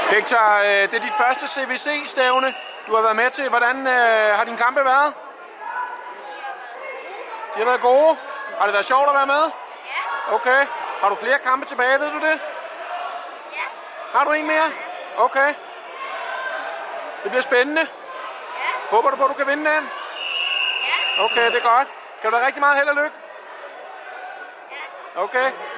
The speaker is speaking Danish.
Hector, det er dit første CVC-stævne, du har været med til. Hvordan har dine kampe været? De har været gode. Har det været sjovt at være med? Ja. Okay. Har du flere kampe tilbage, ved du det? Ja. Har du en mere? Okay. Det bliver spændende. Ja. Håber du på, at du kan vinde den? Ja. Okay, det er godt. Kan du have rigtig meget held og lykke? Ja. Okay.